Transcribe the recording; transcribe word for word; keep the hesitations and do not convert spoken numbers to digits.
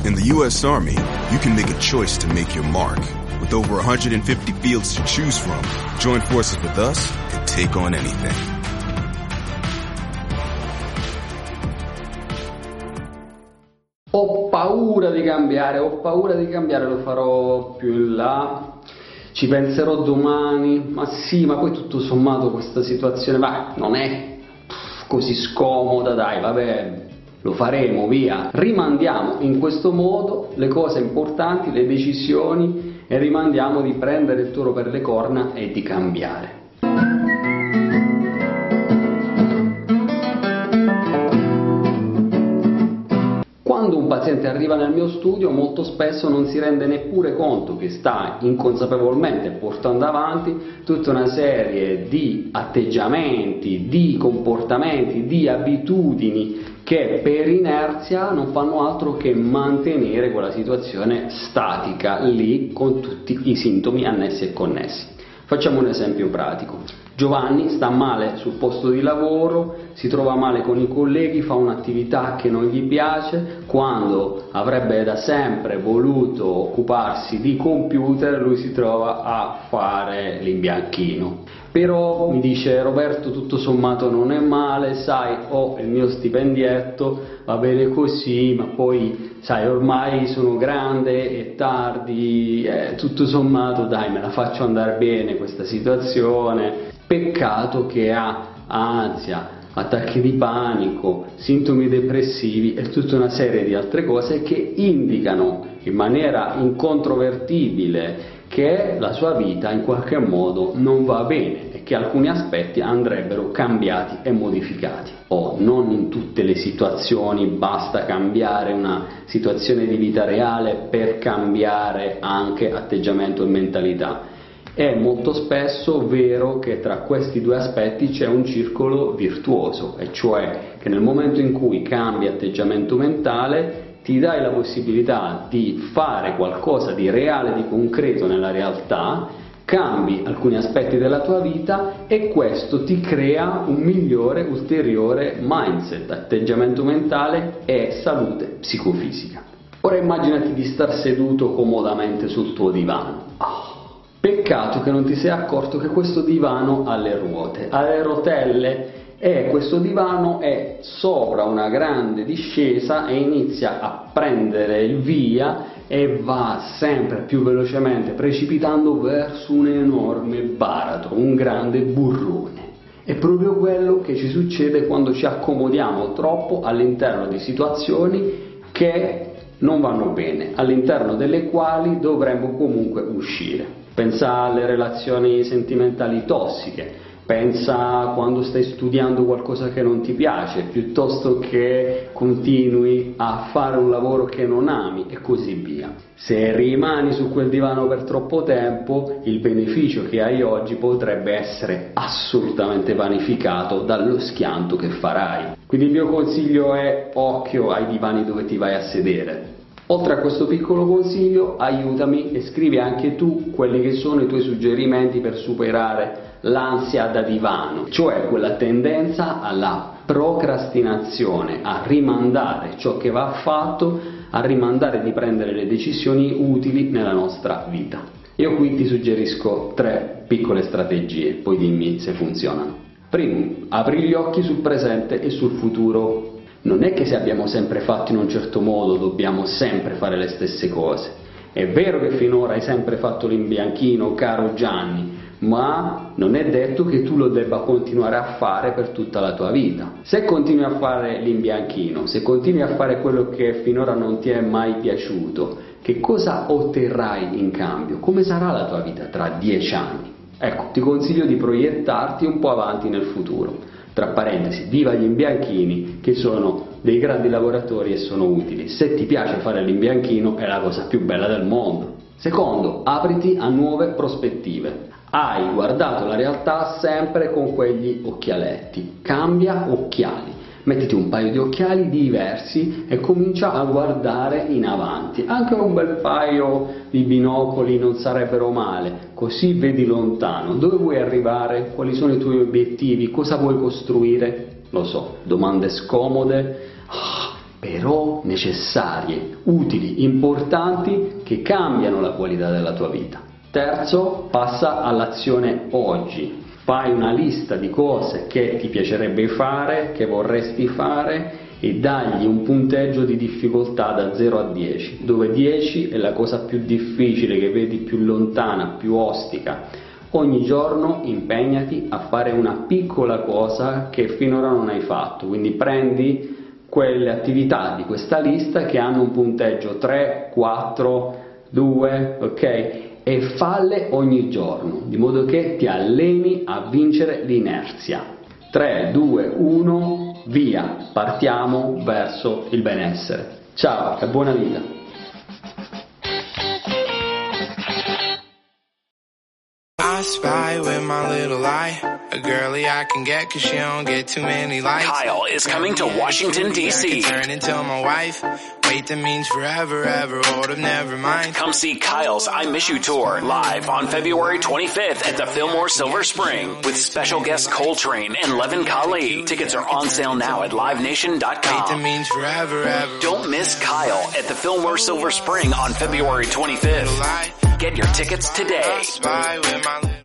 In the U S Army, you can make a choice to make your mark. With over one hundred fifty fields to choose from, join forces with us and take on anything. Ho paura di cambiare, ho paura di cambiare, lo farò più in là, ci penserò domani, ma sì, ma poi tutto sommato questa situazione, va, non è così scomoda, dai, vabbè, lo faremo, via. Rimandiamo in questo modo le cose importanti, le decisioni, e rimandiamo di prendere il toro per le corna e di cambiare. Quando un paziente arriva nel mio studio, molto spesso non si rende neppure conto che sta inconsapevolmente portando avanti tutta una serie di atteggiamenti, di comportamenti, di abitudini che per inerzia non fanno altro che mantenere quella situazione statica lì con tutti i sintomi annessi e connessi. Facciamo un esempio pratico. Giovanni sta male sul posto di lavoro, si trova male con i colleghi, fa un'attività che non gli piace, quando avrebbe da sempre voluto occuparsi di computer lui si trova a fare l'imbianchino. Però mi dice: Roberto, tutto sommato non è male, sai, ho il mio stipendietto, va bene così, ma poi sai, ormai sono grande, è tardi, eh, tutto sommato dai, me la faccio andare bene questa situazione. Peccato che ha ansia, attacchi di panico, sintomi depressivi e tutta una serie di altre cose che indicano in maniera incontrovertibile che la sua vita in qualche modo non va bene e che alcuni aspetti andrebbero cambiati e modificati. O non in tutte le situazioni basta cambiare una situazione di vita reale per cambiare anche atteggiamento e mentalità. È molto spesso vero che tra questi due aspetti c'è un circolo virtuoso, e cioè che nel momento in cui cambi atteggiamento mentale ti dai la possibilità di fare qualcosa di reale, di concreto nella realtà, cambi alcuni aspetti della tua vita e questo ti crea un migliore, ulteriore mindset, atteggiamento mentale e salute psicofisica. Ora immaginati di star seduto comodamente sul tuo divano. Oh, peccato che non ti sei accorto che questo divano ha le ruote, ha le rotelle, e questo divano è sopra una grande discesa e inizia a prendere il via e va sempre più velocemente precipitando verso un enorme baratro, un grande burrone. È proprio quello che ci succede quando ci accomodiamo troppo all'interno di situazioni che non vanno bene, all'interno delle quali dovremmo comunque uscire. Pensa alle relazioni sentimentali tossiche. Pensa quando stai studiando qualcosa che non ti piace, piuttosto che continui a fare un lavoro che non ami e così via. Se rimani su quel divano per troppo tempo, il beneficio che hai oggi potrebbe essere assolutamente vanificato dallo schianto che farai. Quindi il mio consiglio è: occhio ai divani dove ti vai a sedere. Oltre a questo piccolo consiglio, aiutami e scrivi anche tu quelli che sono i tuoi suggerimenti per superare l'ansia da divano, cioè quella tendenza alla procrastinazione, a rimandare ciò che va fatto, a rimandare di prendere le decisioni utili nella nostra vita. Io qui ti suggerisco tre piccole strategie, poi dimmi se funzionano. Primo, apri gli occhi sul presente e sul futuro. Non è che se abbiamo sempre fatto in un certo modo dobbiamo sempre fare le stesse cose. È vero che finora hai sempre fatto l'imbianchino, caro Gianni, ma non è detto che tu lo debba continuare a fare per tutta la tua vita. Se continui a fare l'imbianchino, se continui a fare quello che finora non ti è mai piaciuto, che cosa otterrai in cambio? Come sarà la tua vita tra dieci anni? Ecco, ti consiglio di proiettarti un po' avanti nel futuro. Tra parentesi, viva gli imbianchini che sono dei grandi lavoratori e sono utili. Se ti piace fare l'imbianchino è la cosa più bella del mondo. Secondo, apriti a nuove prospettive. Hai guardato la realtà sempre con quegli occhialetti. Cambia occhiali. Mettiti un paio di occhiali diversi e comincia a guardare in avanti. Anche un bel paio di binocoli non sarebbero male, così vedi lontano. Dove vuoi arrivare? Quali sono i tuoi obiettivi? Cosa vuoi costruire? Lo so, domande scomode, però necessarie, utili, importanti, che cambiano la qualità della tua vita. Terzo, passa all'azione oggi. Fai una lista di cose che ti piacerebbe fare, che vorresti fare, e dagli un punteggio di difficoltà da zero a dieci, dove dieci è la cosa più difficile, che vedi più lontana, più ostica. Ogni giorno impegnati a fare una piccola cosa che finora non hai fatto, quindi prendi quelle attività di questa lista che hanno un punteggio tre, quattro, due, ok? E falle ogni giorno, di modo che ti alleni a vincere l'inerzia. tre, due, uno, via, partiamo verso il benessere. Ciao e buona vita! I spy with my little eye, a girly I can get cause she don't get too many likes. Kyle is coming to Washington, D C Turn into my wife, wait that means forever, ever, hold up, never mind. Come see Kyle's I Miss You Tour live on February twenty-fifth at the Fillmore Silver Spring with special guests Coltrane and Levin Kali. Tickets are on sale now at live nation dot com. Wait that means forever, ever. Don't miss Kyle at the Fillmore Silver Spring on February twenty-fifth. Get your tickets today.